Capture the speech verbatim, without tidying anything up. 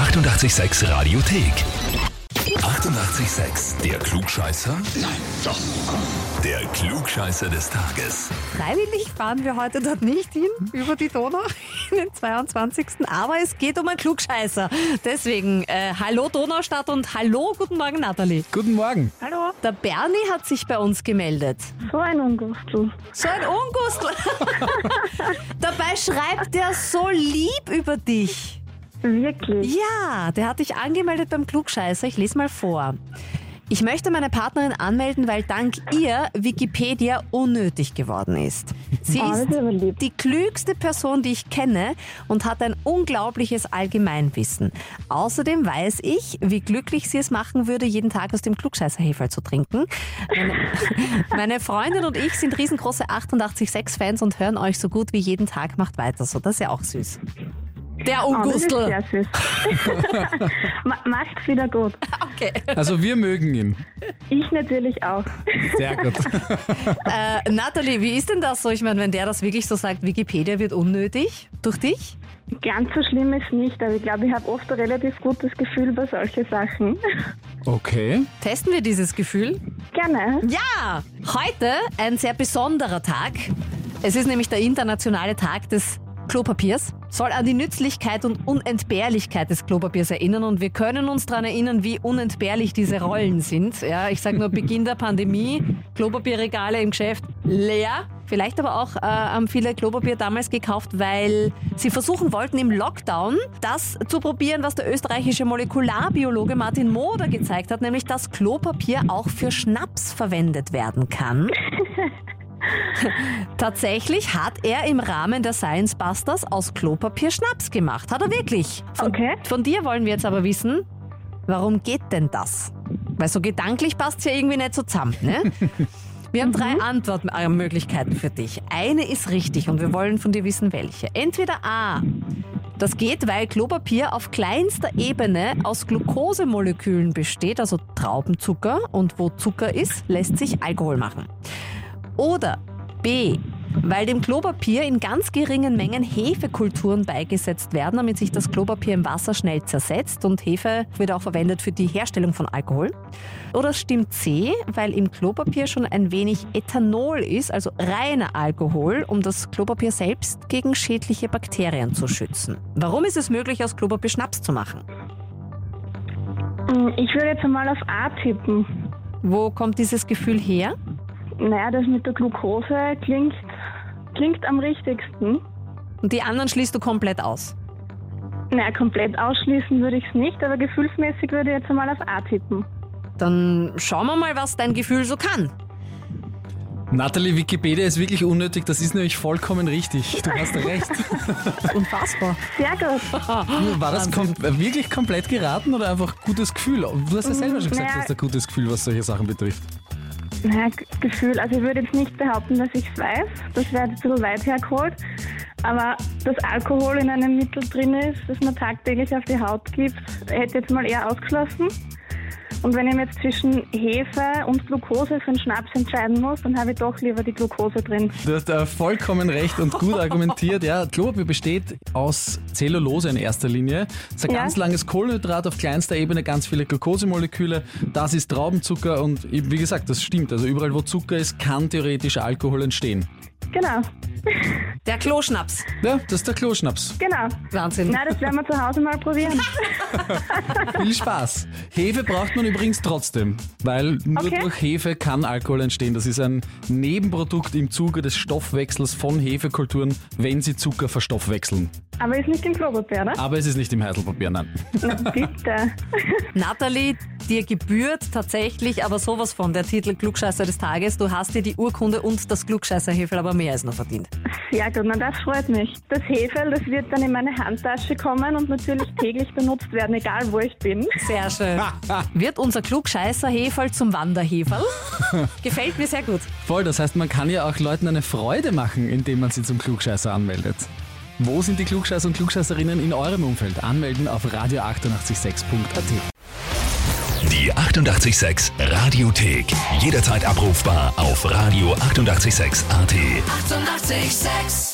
achtundachtzig Komma sechs Radiothek. achtundachtzig Komma sechs, der Klugscheißer? Nein, doch. Der Klugscheißer des Tages. Freiwillig fahren wir heute dort nicht hin, über die Donau, in den zweiundzwanzigsten Aber es geht um einen Klugscheißer. Deswegen, äh, hallo Donaustadt und hallo, guten Morgen Nathalie. Guten Morgen. Hallo. Der Bernie hat sich bei uns gemeldet. So ein Ungustel. So ein Ungustel. Dabei schreibt er so lieb über dich. Wirklich? Ja, der hat dich angemeldet beim Klugscheißer. Ich lese mal vor. Ich möchte meine Partnerin anmelden, weil dank ihr Wikipedia unnötig geworden ist. Sie Oh, das ist ist aber lieb. die klügste Person, die ich kenne und hat ein unglaubliches Allgemeinwissen. Außerdem weiß ich, wie glücklich sie es machen würde, jeden Tag aus dem Klugscheißerheferl zu trinken. Meine, meine Freundin und ich sind riesengroße achtundachtzig Komma sechs Fans und hören euch so gut wie jeden Tag. Macht weiter so. Das ist ja auch süß. Der Oh, das ist Ungustel. sehr süß. Ma- Macht's wieder gut. Okay. Also wir mögen ihn. Ich natürlich auch. Sehr gut. Äh, Nathalie, wie ist denn das so? Ich meine, wenn der das wirklich so sagt, Wikipedia wird unnötig durch dich? Ganz so schlimm ist nicht, aber ich glaube, ich habe oft ein relativ gutes Gefühl bei solchen Sachen. Okay. Testen wir dieses Gefühl? Gerne. Ja! Heute ein sehr besonderer Tag. Es ist nämlich der internationale Tag des Klopapiers. Soll an die Nützlichkeit und Unentbehrlichkeit des Klopapiers erinnern und wir können uns daran erinnern, wie unentbehrlich diese Rollen sind. Ja, ich sage nur Beginn der Pandemie, Klopapierregale im Geschäft leer. Vielleicht aber auch äh, haben viele Klopapier damals gekauft, weil sie versuchen wollten im Lockdown das zu probieren, was der österreichische Molekularbiologe Martin Moder gezeigt hat, nämlich dass Klopapier auch für Schnaps verwendet werden kann. Tatsächlich hat er im Rahmen der Science Busters aus Klopapier Schnaps gemacht. Hat er wirklich. Von, Okay. von dir wollen wir jetzt aber wissen, warum geht denn das? Weil so gedanklich passt es ja irgendwie nicht so zusammen, ne? Wir haben drei Antwortmöglichkeiten für dich. Eine ist richtig und wir wollen von dir wissen, welche. Entweder A, das geht, weil Klopapier auf kleinster Ebene aus Glukosemolekülen besteht, also Traubenzucker, und wo Zucker ist, lässt sich Alkohol machen. Oder B, weil dem Klopapier in ganz geringen Mengen Hefekulturen beigesetzt werden, damit sich das Klopapier im Wasser schnell zersetzt und Hefe wird auch verwendet für die Herstellung von Alkohol. Oder es stimmt C, weil im Klopapier schon ein wenig Ethanol ist, also reiner Alkohol, um das Klopapier selbst gegen schädliche Bakterien zu schützen. Warum ist es möglich, aus Klopapier Schnaps zu machen? Ich würde jetzt einmal auf A tippen. Wo kommt dieses Gefühl her? Naja, das mit der Glucose klingt, klingt am richtigsten. Und die anderen schließt du komplett aus. Naja, komplett ausschließen würde ich es nicht, aber gefühlsmäßig würde ich jetzt einmal auf A tippen. Dann schauen wir mal, was dein Gefühl so kann. Nathalie, Wikipedia ist wirklich unnötig, das ist nämlich vollkommen richtig. Du hast recht. Unfassbar. Sehr gut. War das kom wirklich komplett geraten oder einfach gutes Gefühl? Du hast ja selber schon gesagt, Naja. du hast ein gutes Gefühl, was solche Sachen betrifft. Naja, G- Gefühl, also ich würde jetzt nicht behaupten, dass ich es weiß. Das wäre jetzt ein bisschen weit hergeholt. Aber dass Alkohol in einem Mittel drin ist, das man tagtäglich auf die Haut gibt, hätte ich jetzt mal eher ausgeschlossen. Und wenn ich mich jetzt zwischen Hefe und Glucose für einen Schnaps entscheiden muss, dann habe ich doch lieber die Glucose drin. Du hast äh, vollkommen recht und gut argumentiert. Ja, Klopapier besteht aus Zellulose in erster Linie. Es ist ein Ja. ganz langes Kohlenhydrat auf kleinster Ebene, ganz viele Glukosemoleküle. Das ist Traubenzucker und wie gesagt, das stimmt. Also überall, wo Zucker ist, kann theoretisch Alkohol entstehen. Genau, Der Kloschnaps. Ja, das ist der Kloschnaps. genau. Wahnsinn. Na, das werden wir zu Hause mal probieren. Viel Spaß. Hefe braucht man übrigens trotzdem, weil nur Okay. durch Hefe kann Alkohol entstehen. Das ist ein Nebenprodukt im Zuge des Stoffwechsels von Hefekulturen, wenn sie Zucker verstoffwechseln. Aber ist nicht im Klopapier, oder? Aber es ist nicht im Heidelpapier, nein. Na, bitte. Nathalie, dir gebührt tatsächlich aber sowas von der Titel Klugscheißer des Tages. Du hast dir die Urkunde und das Klugscheißerheferl aber mehr als noch verdient. Sehr gut, na das freut mich. Das Heferl, das wird dann in meine Handtasche kommen und natürlich täglich benutzt werden, egal wo ich bin. Sehr schön. Wird unser Klugscheißerheferl zum Wanderheferl? Gefällt mir sehr gut. Voll, das heißt, man kann ja auch Leuten eine Freude machen, indem man sie zum Klugscheißer anmeldet. Wo sind die Klugscheißer und Klugscheißerinnen in eurem Umfeld? Anmelden auf radio achtundachtzig sechs punkt a t. Die achtundachtzig Komma sechs Radiothek. Jederzeit abrufbar auf radio achtundachtzig sechs punkt a t. achtundachtzig Komma sechs